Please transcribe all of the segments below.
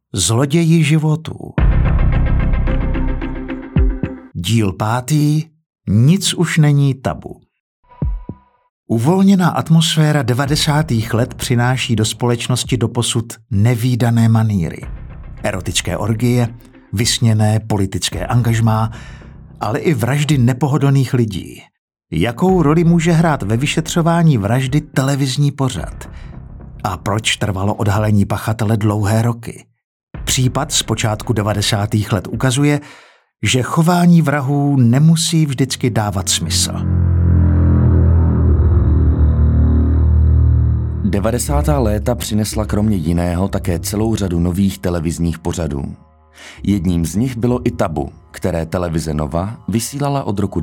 Zloději životů. Díl 5. Nic už není tabu. Uvolněná atmosféra 90. let přináší do společnosti doposud nevídané manýry. Erotické orgie, vysněné politické angažmá, ale i vraždy nepohodlných lidí. Jakou roli může hrát ve vyšetřování vraždy televizní pořad? A proč trvalo odhalení pachatele dlouhé roky? Případ z počátku 90. let ukazuje, že chování vrahů nemusí vždycky dávat smysl. 90. léta přinesla kromě jiného také celou řadu nových televizních pořadů. Jedním z nich bylo i Tabu, které televize Nova vysílala od roku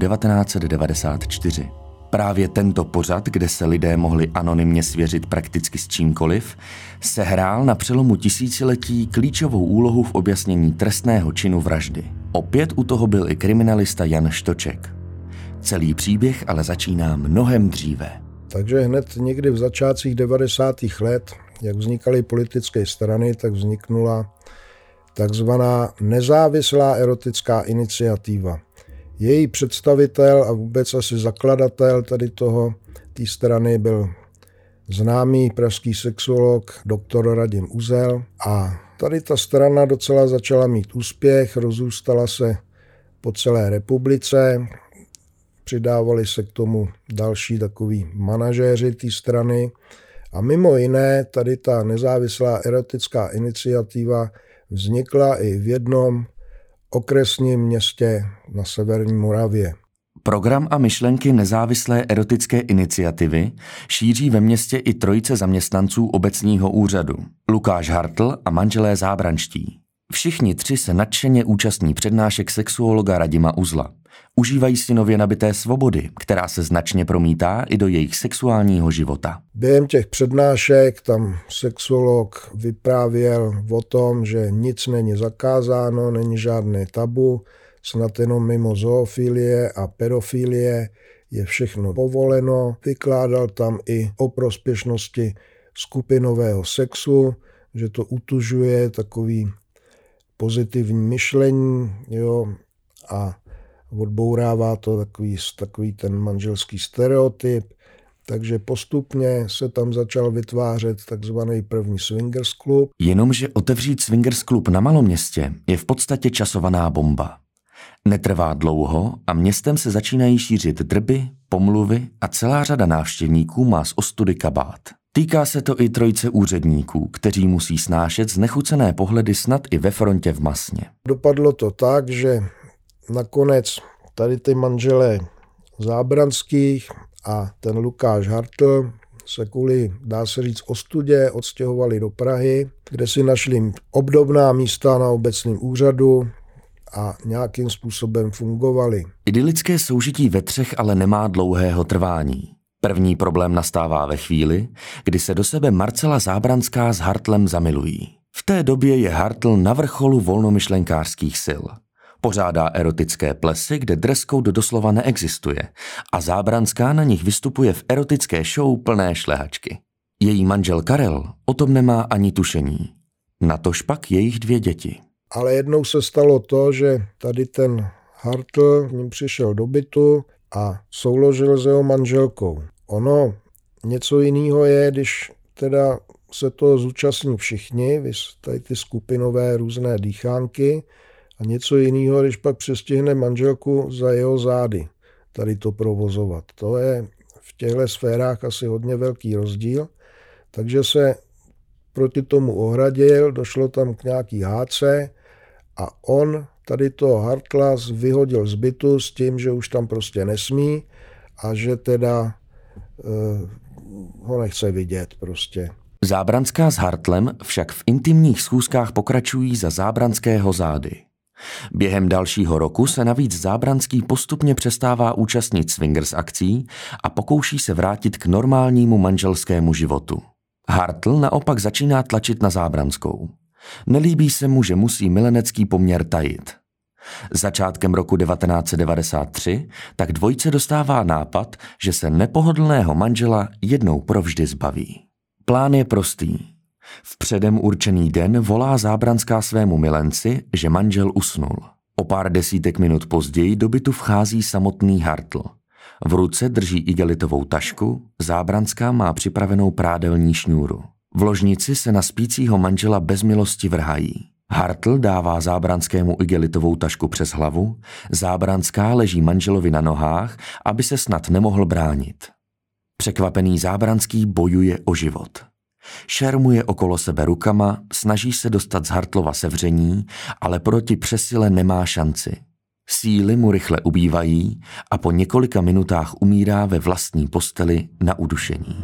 1994. Právě tento pořad, kde se lidé mohli anonymně svěřit prakticky s čímkoliv, sehrál na přelomu tisíciletí klíčovou úlohu v objasnění trestného činu vraždy. Opět u toho byl i kriminalista Jan Štoček. Celý příběh ale začíná mnohem dříve. Takže hned někdy v začátcích 90. let, jak vznikaly politické strany, tak vzniknula takzvaná nezávislá erotická iniciativa. Její představitel a vůbec asi zakladatel té strany byl známý pražský sexuolog doktor Radim Uzel a tady ta strana docela začala mít úspěch, rozrůstala se po celé republice, přidávali se k tomu další takový manažéři té strany a mimo jiné tady ta nezávislá erotická iniciativa vznikla i v jednom okresním městě na severní Moravě. Program a myšlenky nezávislé erotické iniciativy šíří ve městě i trojice zaměstnanců obecního úřadu. Lukáš Hartl a manželé Zábranští. Všichni tři se nadšeně účastní přednášek sexuologa Radima Uzla. Užívají si nově nabité svobody, která se značně promítá i do jejich sexuálního života. Během těch přednášek tam sexuolog vyprávěl o tom, že nic není zakázáno, není žádné tabu, snad jenom mimo zoofilie a pedofilie je všechno povoleno. Vykládal tam i o prospěšnosti skupinového sexu, že to utužuje takový pozitivní myšlení, a odbourává to takový ten manželský stereotyp, takže postupně se tam začal vytvářet takzvaný první swingers klub. Jenomže otevřít swingers klub na maloměstě je v podstatě časovaná bomba. Netrvá dlouho a městem se začínají šířit drby, pomluvy a celá řada návštěvníků má z ostudy kabát. Týká se to i trojice úředníků, kteří musí snášet znechucené pohledy snad i ve frontě v Masně. Dopadlo to tak, že nakonec tady ty manželé Zábranských a ten Lukáš Hartl se kvůli, dá se říct, ostudě odstěhovali do Prahy, kde si našli obdobná místa na obecním úřadu a nějakým způsobem fungovali. Idylické soužití ve třech ale nemá dlouhého trvání. První problém nastává ve chvíli, kdy se do sebe Marcela Zábranská s Hartlem zamilují. V té době je Hartl na vrcholu volnomyšlenkářských sil. Pořádá erotické plesy, kde dress code doslova neexistuje a Zábranská na nich vystupuje v erotické show plné šlehačky. Její manžel Karel o tom nemá ani tušení. Natož pak jejich 2 děti. Ale jednou se stalo to, že tady ten Hartl k ním přišel do bytu a souložil s jeho manželkou. Ono něco jiného je, když teda se toho zúčastní všichni, tady ty skupinové různé dýchánky, a něco jiného, když pak přestihne manželku za jeho zády tady to provozovat. To je v těchto sférách asi hodně velký rozdíl, takže se proti tomu ohradil, došlo tam k nějaký hádce a on tady toho Hartla vyhodil z bytu s tím, že už tam prostě nesmí a že teda ho nechce vidět prostě. Zábranská s Hartlem však v intimních schůzkách pokračují za Zábranského zády. Během dalšího roku se navíc Zábranský postupně přestává účastnit swingers akcí a pokouší se vrátit k normálnímu manželskému životu. Hartl naopak začíná tlačit na Zábranskou. Nelíbí se mu, že musí milenecký poměr tajit. Začátkem roku 1993 tak dvojice dostává nápad, že se nepohodlného manžela jednou provždy zbaví. Plán je prostý. V předem určený den volá Zábranská svému milenci, že manžel usnul. O pár desítek minut později do bytu vchází samotný Hartl. V ruce drží igelitovou tašku, Zábranská má připravenou prádelní šňůru. V ložnici se na spícího manžela bez milosti vrhají. Hartl dává Zábranskému igelitovou tašku přes hlavu, Zábranská leží manželovi na nohách, aby se snad nemohl bránit. Překvapený Zábranský bojuje o život. Šermuje okolo sebe rukama, snaží se dostat z Hartlova sevření, ale proti přesile nemá šanci. Síly mu rychle ubývají a po několika minutách umírá ve vlastní posteli na udušení.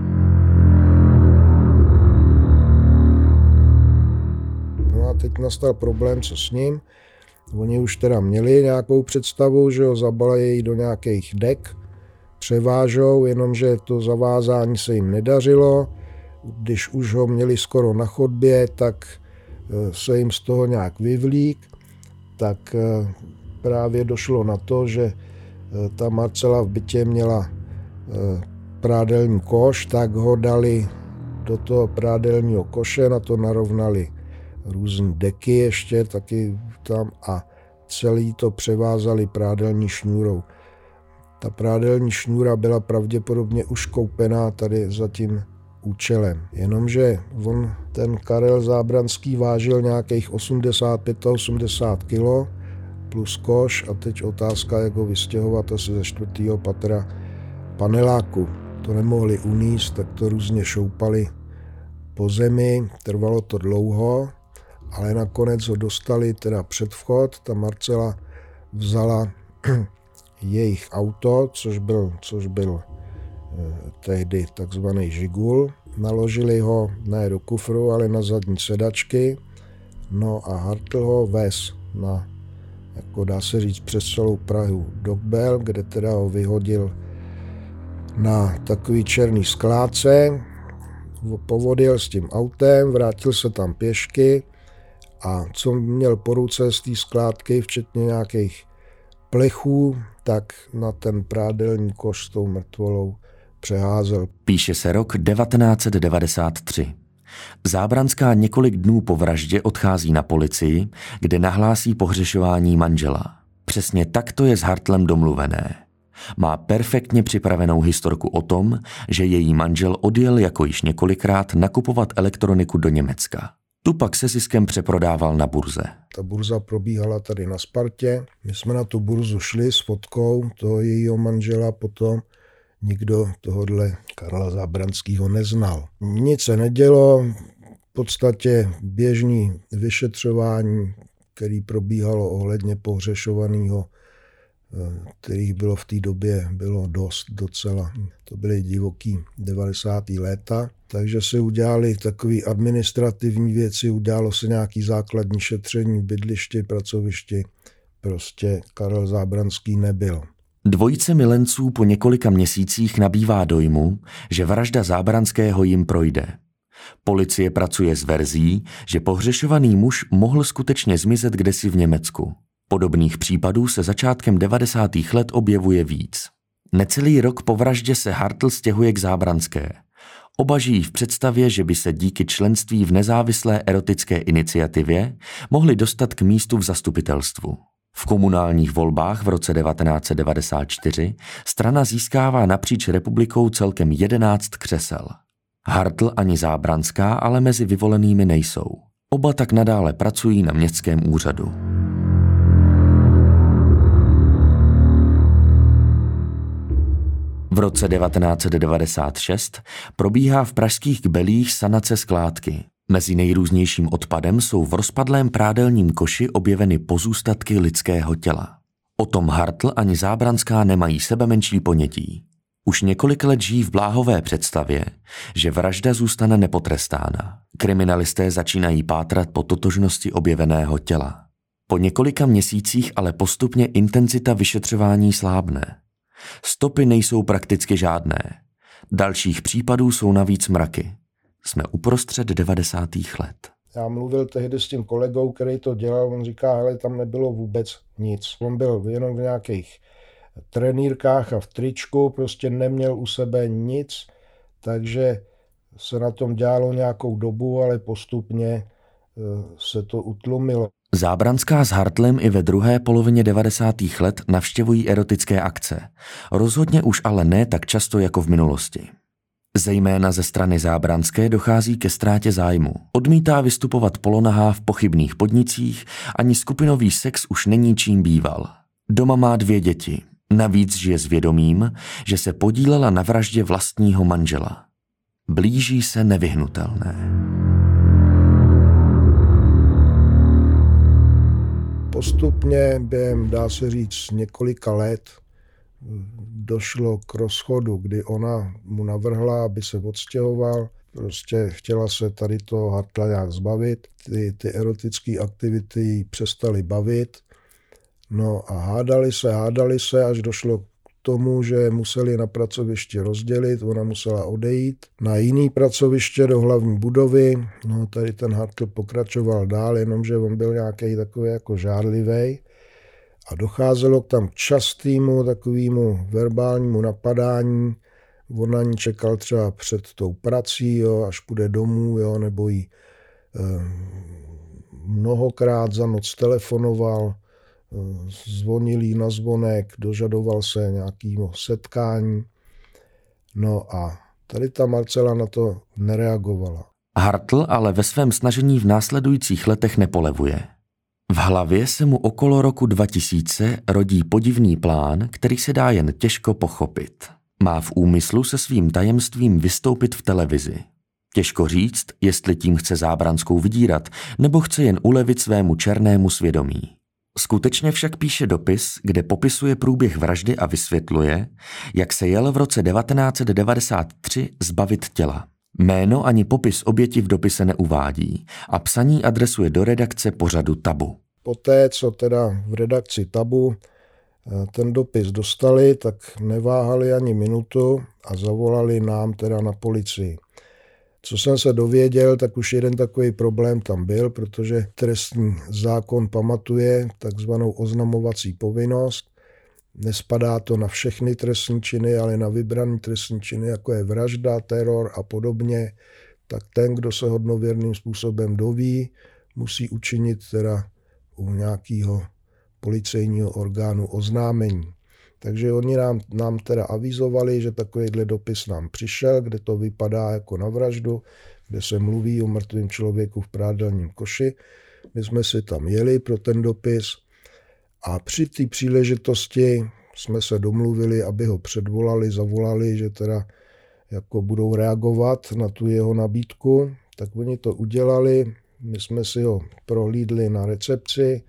No a teď nastal problém, co s ním. Oni už teda měli nějakou představu, že ho zabalejí do nějakých dek, převážou, jenomže to zavázání se jim nedařilo. Když už ho měli skoro na chodbě, tak se jim z toho nějak vyvlík, tak právě došlo na to, že ta Marcela v bytě měla prádelní koš, tak ho dali do toho prádelního koše, na to narovnali různé deky ještě taky tam a celý to převázali prádelní šňůrou. Ta prádelní šňůra byla pravděpodobně už koupená tady za tím účelem. Jenomže ten Karel Zábranský vážil nějakých 85 kg plus koš a teď otázka, jak ho vystěhovat asi ze 4. patra paneláku. To nemohli uníst, tak to různě šoupali po zemi, trvalo to dlouho, ale nakonec ho dostali teda před vchod. Ta Marcela vzala jejich auto, což byl tehdy takzvaný Žigul. Naložili ho ne do kufru, ale na zadní sedačky. No a Hartl ho vez na, jako dá se říct, přes celou Prahu do Kbel, kde teda ho vyhodil na takový černý skládce. Povodil s tím autem, vrátil se tam pěšky a co měl po ruce z té skládky, včetně nějakých plechů, tak na ten prádelní koš s tou mrtvolou přeházel. Píše se rok 1993. Zábranská několik dnů po vraždě odchází na policii, kde nahlásí pohřešování manžela. Přesně takto je s Hartlem domluvené. Má perfektně připravenou historku o tom, že její manžel odjel jako již několikrát nakupovat elektroniku do Německa. Tu pak se ziskem přeprodával na burze. Ta burza probíhala tady na Spartě. My jsme na tu burzu šli s fotkou toho jejího manžela potom. Nikdo tohodle Karla Zábranského neznal. Nic se nedělo, v podstatě běžný vyšetřování, který probíhalo ohledně pohřešovaného, kterých bylo v té době dost docela. To byly divoký 90. léta, takže se udělali takové administrativní věci, udělalo se nějaký základní šetření v bydlišti, pracovišti. Prostě Karel Zábranský nebyl. Dvojice milenců po několika měsících nabývá dojmu, že vražda Zábranského jim projde. Policie pracuje s verzí, že pohřešovaný muž mohl skutečně zmizet kdesi v Německu. Podobných případů se začátkem 90. let objevuje víc. Necelý rok po vraždě se Hartl stěhuje k Zábranské. Oba žijí v představě, že by se díky členství v nezávislé erotické iniciativě mohli dostat k místu v zastupitelstvu. V komunálních volbách v roce 1994 strana získává napříč republikou celkem 11 křesel. Hartl ani Zábranská ale mezi vyvolenými nejsou. Oba tak nadále pracují na městském úřadu. V roce 1996 probíhá v pražských Kbelích sanace skládky. Mezi nejrůznějším odpadem jsou v rozpadlém prádelním koši objeveny pozůstatky lidského těla. O tom Hartl ani Zábranská nemají sebemenší ponětí. Už několik let žijí v bláhové představě, že vražda zůstane nepotrestána. Kriminalisté začínají pátrat po totožnosti objeveného těla. Po několika měsících ale postupně intenzita vyšetřování slábne. Stopy nejsou prakticky žádné. Dalších případů jsou navíc mraky. Jsme uprostřed 90. let. Já mluvil tehdy s tím kolegou, který to dělal, on říká, hele, tam nebylo vůbec nic. On byl jenom v nějakých trenýrkách a v tričku, prostě neměl u sebe nic, takže se na tom dělalo nějakou dobu, ale postupně se to utlumilo. Zábranská s Hartlem i ve druhé polovině 90. let navštěvují erotické akce. Rozhodně už ale ne tak často jako v minulosti. Zejména ze strany Zábranské dochází ke ztrátě zájmu. Odmítá vystupovat polonahá v pochybných podnicích, ani skupinový sex už není čím býval. Doma má 2 děti. Navíc žije s vědomím, že se podílela na vraždě vlastního manžela. Blíží se nevyhnutelné. Postupně během, dá se říct, několika let došlo k rozchodu, kdy ona mu navrhla, aby se odstěhoval. Prostě chtěla se tady toho Hartla nějak zbavit. Ty erotické aktivity jí přestaly bavit. No a hádali se, až došlo k tomu, že museli na pracovišti rozdělit, ona musela odejít na jiný pracoviště do hlavní budovy. No tady ten Hartl pokračoval dál, jenomže on byl nějaký takový jako žárlivej a docházelo tam k častému takovému verbálnímu napadání. On na ní čekal třeba před tou prací, jo, až půjde domů, jo, nebo jí mnohokrát za noc telefonoval, zvonil jí na zvonek, dožadoval se nějakého setkání. No a tady ta Marcela na to nereagovala. Hartl ale ve svém snažení v následujících letech nepolevuje. V hlavě se mu okolo roku 2000 rodí podivný plán, který se dá jen těžko pochopit. Má v úmyslu se svým tajemstvím vystoupit v televizi. Těžko říct, jestli tím chce Zábranskou vydírat, nebo chce jen ulevit svému černému svědomí. Skutečně však píše dopis, kde popisuje průběh vraždy a vysvětluje, jak se jel v roce 1993 zbavit těla. Jméno ani popis oběti v dopise neuvádí a psaní adresuje do redakce pořadu Tabu. Poté, co teda v redakci Tabu ten dopis dostali, tak neváhali ani minutu a zavolali nám teda na policii. Co jsem se dověděl, tak už jeden takový problém tam byl, protože trestní zákon pamatuje takzvanou oznamovací povinnost. Nespadá to na všechny trestní činy, ale na vybrané trestní činy, jako je vražda, teror a podobně. Tak ten, kdo se hodnověrným způsobem doví, musí učinit teda u nějakého policejního orgánu oznámení. Takže oni nám teda avizovali, že takovýhle dopis nám přišel, kde to vypadá jako na vraždu, kde se mluví o mrtvém člověku v prádelním koši. My jsme si tam jeli pro ten dopis a při té příležitosti jsme se domluvili, aby ho předvolali, zavolali, že teda jako budou reagovat na tu jeho nabídku. Tak oni to udělali, my jsme si ho prohlídli na recepci.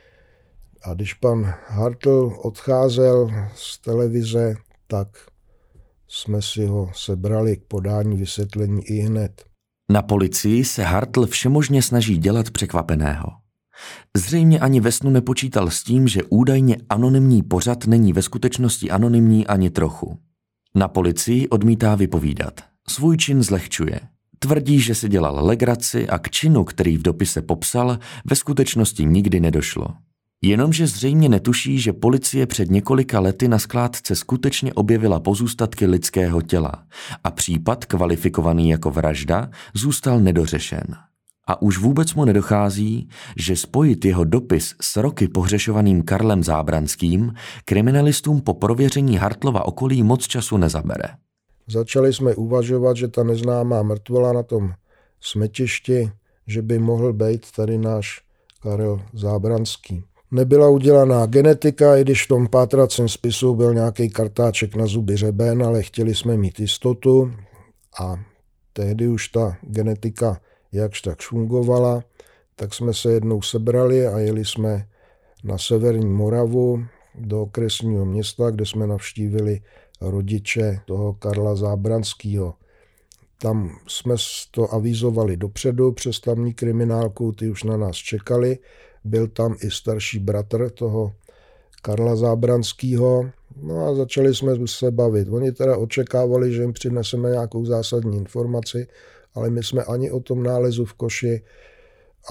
A když pan Hartl odcházel z televize, tak jsme si ho sebrali k podání vysvětlení ihned. Na policii se Hartl všemožně snaží dělat překvapeného. Zřejmě ani ve snu nepočítal s tím, že údajně anonymní pořad není ve skutečnosti anonymní ani trochu. Na policii odmítá vypovídat. Svůj čin zlehčuje. Tvrdí, že si dělal legraci a k činu, který v dopise popsal, ve skutečnosti nikdy nedošlo. Jenomže zřejmě netuší, že policie před několika lety na skládce skutečně objevila pozůstatky lidského těla a případ, kvalifikovaný jako vražda, zůstal nedořešen. A už vůbec mu nedochází, že spojit jeho dopis s roky pohřešovaným Karlem Zábranským kriminalistům po prověření Hartlova okolí moc času nezabere. Začali jsme uvažovat, že ta neznámá mrtvola na tom smetišti, že by mohl být tady náš Karel Zábranský. Nebyla udělaná genetika, i když v tom pátracím spisu byl nějaký kartáček na zuby řeben, ale chtěli jsme mít jistotu a tehdy už ta genetika jakž tak fungovala, tak jsme se jednou sebrali a jeli jsme na severní Moravu do okresního města, kde jsme navštívili rodiče toho Karla Zábranského. Tam jsme to avizovali dopředu přes tamní kriminálku, ty už na nás čekali. Byl tam i starší bratr toho Karla Zábranského. No a začali jsme se bavit. Oni teda očekávali, že jim přineseme nějakou zásadní informaci, ale my jsme ani o tom nálezu v koši,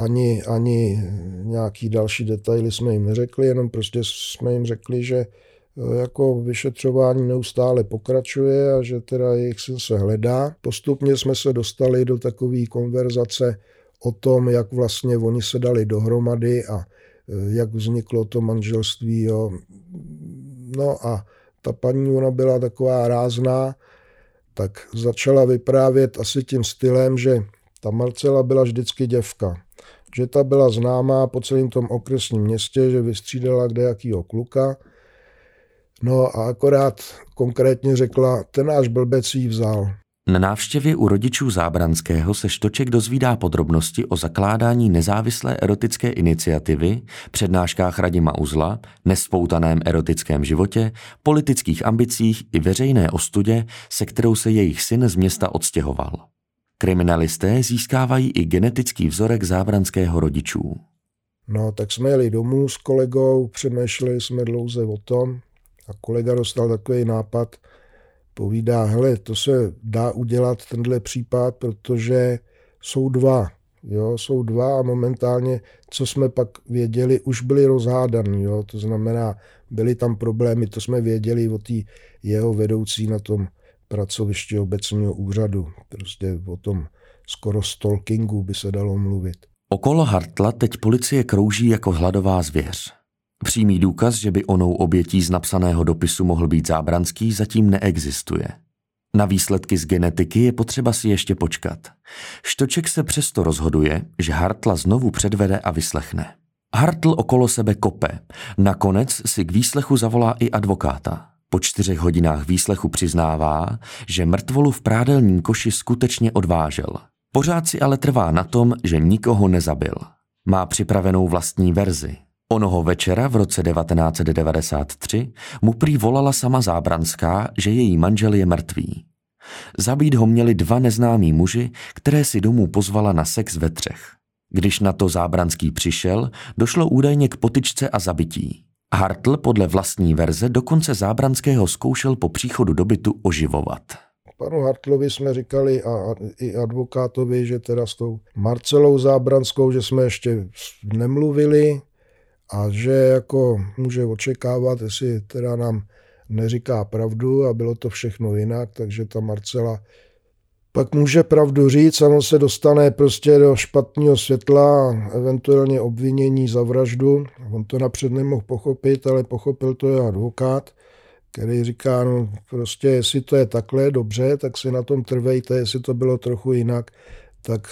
ani nějaký další detaily jsme jim neřekli, jenom prostě jsme jim řekli, že jako vyšetřování neustále pokračuje a že teda jejich syn se hledá. Postupně jsme se dostali do takové konverzace o tom, jak vlastně oni se dali dohromady a jak vzniklo to manželství. Jo. No a ta paní, ona byla taková rázná, tak začala vyprávět asi tím stylem, že ta Marcela byla vždycky děvka. Že ta byla známá po celém tom okresním městě, že vystřídala kdejakýho kluka. No a akorát konkrétně řekla, ten náš blbec jí vzal. Na návštěvě u rodičů Zábranského se Štoček dozvídá podrobnosti o zakládání nezávislé erotické iniciativy, přednáškách Radima Uzla, nespoutaném erotickém životě, politických ambicích i veřejné ostudě, se kterou se jejich syn z města odstěhoval. Kriminalisté získávají i genetický vzorek zábranského rodičů. No, tak jsme jeli domů s kolegou, přemýšleli jsme dlouze o tom a kolega dostal takový nápad, povídá, hele, to se dá udělat tenhle případ, protože jsou dva. Jo, jsou dva a momentálně, co jsme pak věděli, už byli rozhádaný. Jo, to znamená, byly tam problémy, to jsme věděli o té jeho vedoucí na tom pracovišti obecního úřadu. Prostě o tom skoro stalkingu by se dalo mluvit. Okolo Hartla teď policie krouží jako hladová zvěř. Přímý důkaz, že by onou obětí z napsaného dopisu mohl být Zábranský, zatím neexistuje. Na výsledky z genetiky je potřeba si ještě počkat. Štoček se přesto rozhoduje, že Hartla znovu předvede a vyslechne. Hartl okolo sebe kope. Nakonec si k výslechu zavolá i advokáta. Po 4 hodinách výslechu přiznává, že mrtvolu v prádelním koši skutečně odvážel. Pořád si ale trvá na tom, že nikoho nezabil. Má připravenou vlastní verzi. Onoho večera v roce 1993 mu prý volala sama Zábranská, že její manžel je mrtvý. Zabít ho měli 2 neznámí muži, které si domů pozvala na sex ve 3. Když na to Zábranský přišel, došlo údajně k potyčce a zabití. Hartl podle vlastní verze dokonce Zábranského zkoušel po příchodu do bytu oživovat. Panu Hartlovi jsme říkali a i advokátovi, že teda s tou Marcelou Zábranskou, že jsme ještě nemluvili a že jako může očekávat, jestli teda nám neříká pravdu a bylo to všechno jinak, takže ta Marcela pak může pravdu říct a on se dostane prostě do špatného světla, eventuálně obvinění za vraždu. On to napřed nemohl pochopit, ale pochopil to jeho advokát, který říká, no prostě jestli to je takhle, dobře, tak si na tom trvejte, jestli to bylo trochu jinak, tak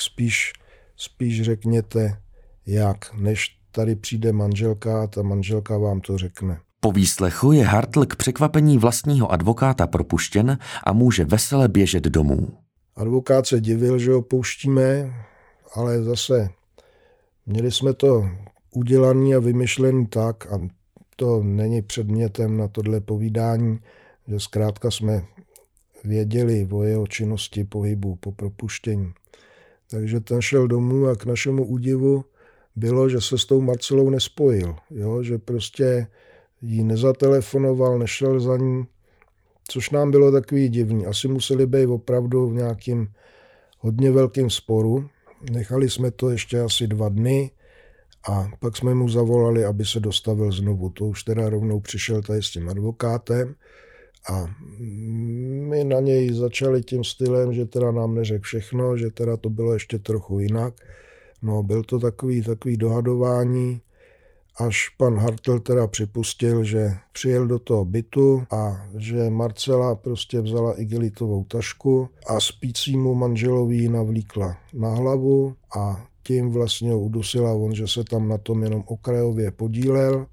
spíš řekněte jak, než tady přijde manželka a ta manželka vám to řekne. Po výslechu je Hartl k překvapení vlastního advokáta propuštěn a může vesele běžet domů. Advokát se divil, že ho pouštíme, ale zase měli jsme to udělané a vymyšlené tak, a to není předmětem na tohle povídání, že zkrátka jsme věděli o jeho činnosti pohybu po propuštění. Takže ten šel domů a k našemu údivu bylo, že se s tou Marcelou nespojil, jo? Že prostě jí nezatelefonoval, nešel za ní, což nám bylo takový divný. Asi museli být opravdu v nějakým hodně velkým sporu. Nechali jsme to ještě asi 2 dny a pak jsme mu zavolali, aby se dostavil znovu. To už teda rovnou přišel tady s tím advokátem a my na něj začali tím stylem, že teda nám neřekl všechno, že teda to bylo ještě trochu jinak. No, byl to takový dohadování, až pan Hartl teda připustil, že přijel do toho bytu a že Marcela prostě vzala igelitovou tašku a spícímu manželovi ji navlíkla na hlavu a tím vlastně ho udusila on, že se tam na tom jenom okrajově podílel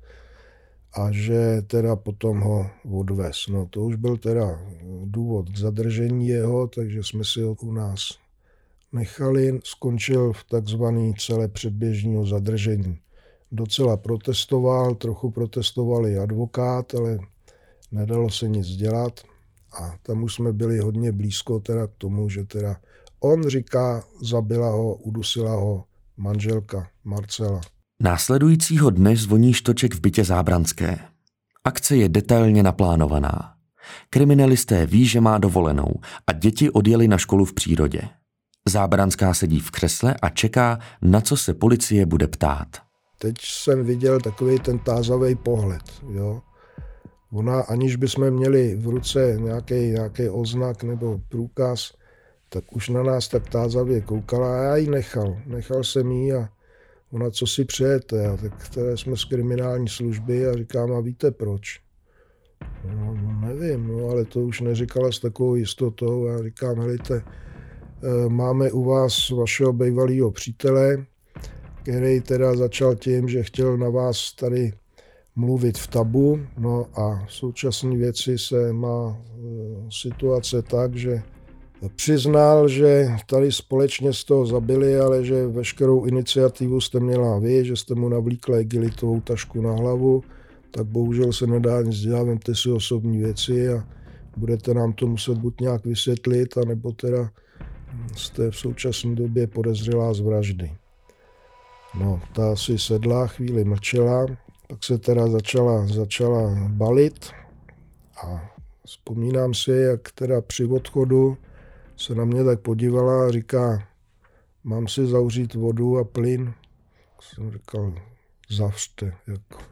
a že teda potom ho odvez. No to už byl teda důvod k zadržení jeho, takže jsme si ho u nás nechali. Skončil v takzvaný celé předběžního zadržení. Docela protestoval, trochu protestoval i advokát, ale nedalo se nic dělat a tam už jsme byli hodně blízko teda k tomu, že teda on říká, zabila ho, udusila ho manželka Marcela. Následujícího dne zvoní Štoček v bytě Zábranské. Akce je detailně naplánovaná. Kriminalisté ví, že má dovolenou a děti odjeli na školu v přírodě. Zábranská sedí v křesle a čeká, na co se policie bude ptát. Teď jsem viděl takový ten tázavý pohled. Jo. Ona, aniž bychom měli v ruce nějaký oznak nebo průkaz, tak už na nás tak tázavě koukala a já ji nechal jsem jí a ona, co si přejete, a tak které jsme z kriminální služby a říkám, a víte proč? No, nevím, no, ale to už neříkala s takovou jistotou. Já říkám, helejte, máme u vás vašeho bývalého přítele, který teda začal tím, že chtěl na vás tady mluvit v tabu, no a v současné věci se má situace tak, že přiznal, že tady společně z toho zabili, ale že veškerou iniciativu jste měla vy, že jste mu navlíkla igelitovou tašku na hlavu, tak bohužel se nedá nic dělat, vemte si osobní věci a budete nám to muset buď nějak vysvětlit, anebo teda jste v současné době podezřelá z vraždy. No, ta si sedla, chvíli mlčela, pak se teda začala balit a vzpomínám si, jak teda při odchodu se na mě tak podívala a říká, mám si zavřít vodu a plyn? Jsem říkal, zavřte. Jako.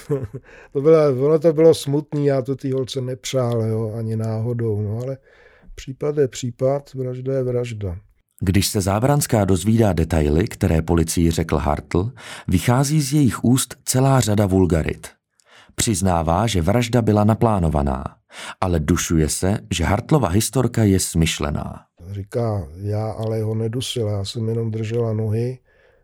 Ono to bylo smutný, já to té holce nepřál, jo, ani náhodou, no, ale případ je případ, vražda je vražda. Když se Zábranská dozvídá detaily, které policii řekl Hartl, vychází z jejich úst celá řada vulgarit. Přiznává, že vražda byla naplánovaná, ale dušuje se, že Hartlova historka je smyšlená. Říká, já ale ho nedusil, já jsem jenom držela nohy,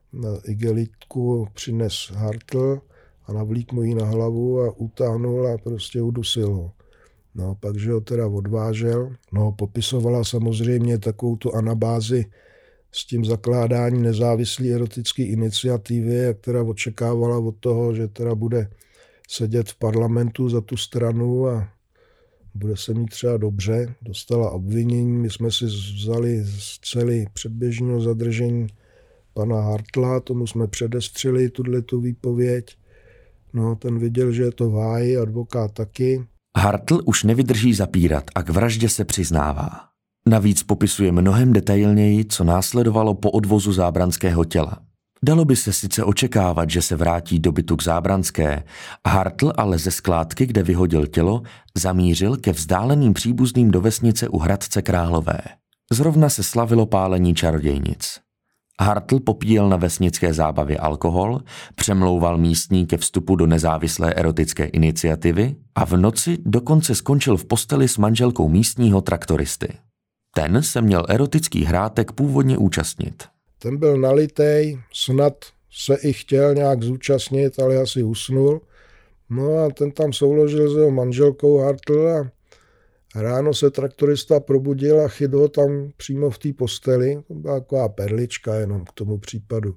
igelitku přines Hartl a navlík mu ji na hlavu a utáhnul a prostě udusil ho. No, pak, že ho teda odvážel. No, popisovala samozřejmě takovou tu anabázi s tím zakládáním nezávislé erotické iniciativy, jak teda očekávala od toho, že teda bude sedět v parlamentu za tu stranu a bude se mít třeba dobře. Dostala obvinění, my jsme si vzali z celý předběžného zadržení pana Hartla, tomu jsme předestřeli tuto výpověď. No, ten viděl, že je to v háji, advokát taky. Hartl už nevydrží zapírat a k vraždě se přiznává. Navíc popisuje mnohem detailněji, co následovalo po odvozu Zábranského těla. Dalo by se sice očekávat, že se vrátí do bytu k Zábranské, Hartl ale ze skládky, kde vyhodil tělo, zamířil ke vzdáleným příbuzným do vesnice u Hradce Králové. Zrovna se slavilo pálení čarodějnic. Hartl popíjel na vesnické zábavě alkohol, přemlouval místní ke vstupu do nezávislé erotické iniciativy a v noci dokonce skončil v posteli s manželkou místního traktoristy. Ten se měl erotických hrátek původně účastnit. Ten byl nalitej, snad se i chtěl nějak zúčastnit, ale asi usnul. No a ten tam souložil s jeho manželkou Hartl a ráno se traktorista probudil a chyt ho tam přímo v té posteli. To byla taková perlička jenom k tomu případu.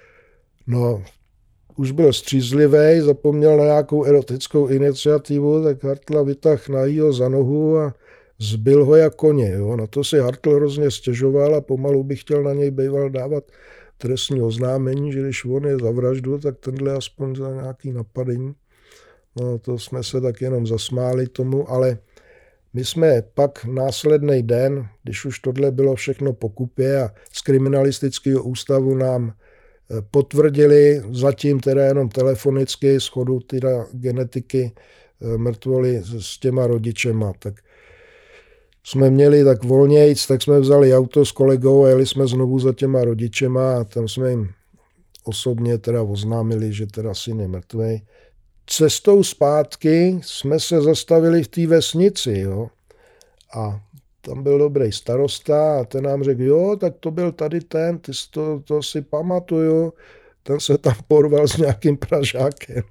No, už byl střízlivý, zapomněl na nějakou erotickou iniciativu, tak Hartla vytáhl nahýho za nohu a zbil ho jak koně. Jo. Na to si Hartl hrozně stěžoval a pomalu by chtěl na něj býval dávat trestní oznámení, že když on je za vraždu, tak tenhle aspoň za nějaký napadení. No, to jsme se tak jenom zasmáli tomu, ale my jsme pak následný den, když už tohle bylo všechno po kupě a z kriminalistického ústavu nám potvrdili, zatím teda jenom telefonicky, shodu teda genetiky mrtvoly s těma rodičema, tak jsme měli tak volnějc, tak jsme vzali auto s kolegou a jeli jsme znovu za těma rodičema a tam jsme jim osobně teda oznámili, že teda syn je mrtvej. Cestou zpátky jsme se zastavili v té vesnici, jo. A tam byl dobrý starosta a ten nám řekl, jo, tak to byl tady ten, to si pamatuju, ten se tam porval s nějakým Pražákem.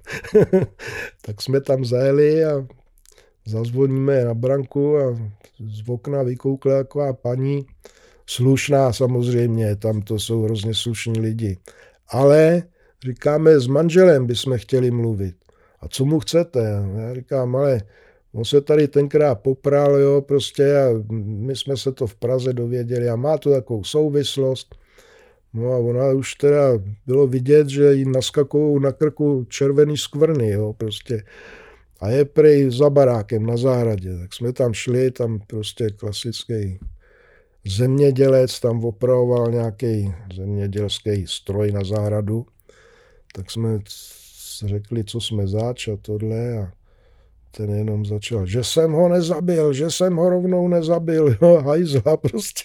Tak jsme tam zajeli a zazvoníme na branku a z okna vykoukla taková paní, slušná samozřejmě, tam to jsou hrozně slušní lidi. Ale říkáme, s manželem bychom chtěli mluvit. A co mu chcete? Já říkám, ale on se tady tenkrát popral, jo, prostě a my jsme se to v Praze dověděli a má to takovou souvislost. No a ona už teda bylo vidět, že jí naskakují na krku červený skvrny, jo, prostě. A je prej za barákem na zahradě. Tak jsme tam šli, tam prostě klasický zemědělec, tam opravoval nějaký zemědělský stroj na zahradu. Tak jsme řekli, co jsme zač a tohle. A ten jenom začal, že jsem ho nezabil, že jsem ho rovnou nezabil, jo, hajzla prostě.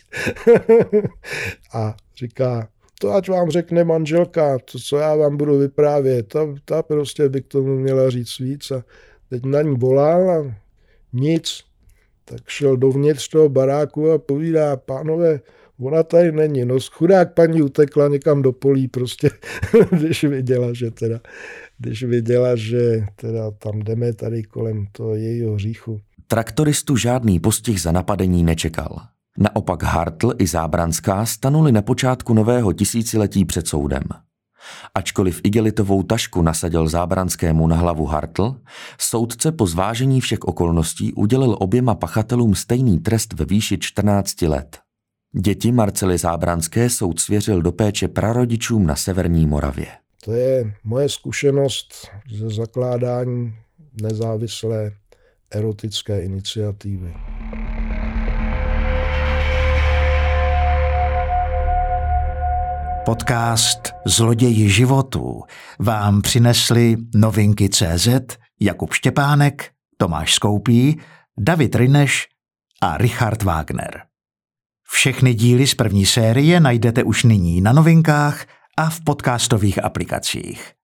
A říká, to ať vám řekne manželka, to, co já vám budu vyprávět, ta prostě by k tomu měla říct víc. A teď na ní volal a nic. Tak šel dovnitř toho baráku a povídá, pánové, ona tady není. No chudák paní utekla někam do polí prostě, když viděla, že teda tam jdeme tady kolem toho jejího hříchu. Traktoristu žádný postih za napadení nečekal. Naopak Hartl i Zábrandská stanuli na počátku nového tisíciletí před soudem. Ačkoliv igelitovou tašku nasadil Zábrandskému na hlavu Hartl, soudce po zvážení všech okolností udělil oběma pachatelům stejný trest ve výši 14 let. Děti Marcely Zábrandské soud svěřil do péče prarodičům na severní Moravě. To je moje zkušenost ze zakládání nezávislé erotické iniciativy. Podcast Zloději životů vám přinesli Novinky.cz, Jakub Štěpánek, Tomáš Skoupí, David Ryneš a Richard Wagner. Všechny díly z první série najdete už nyní na Novinkách a v podcastových aplikacích.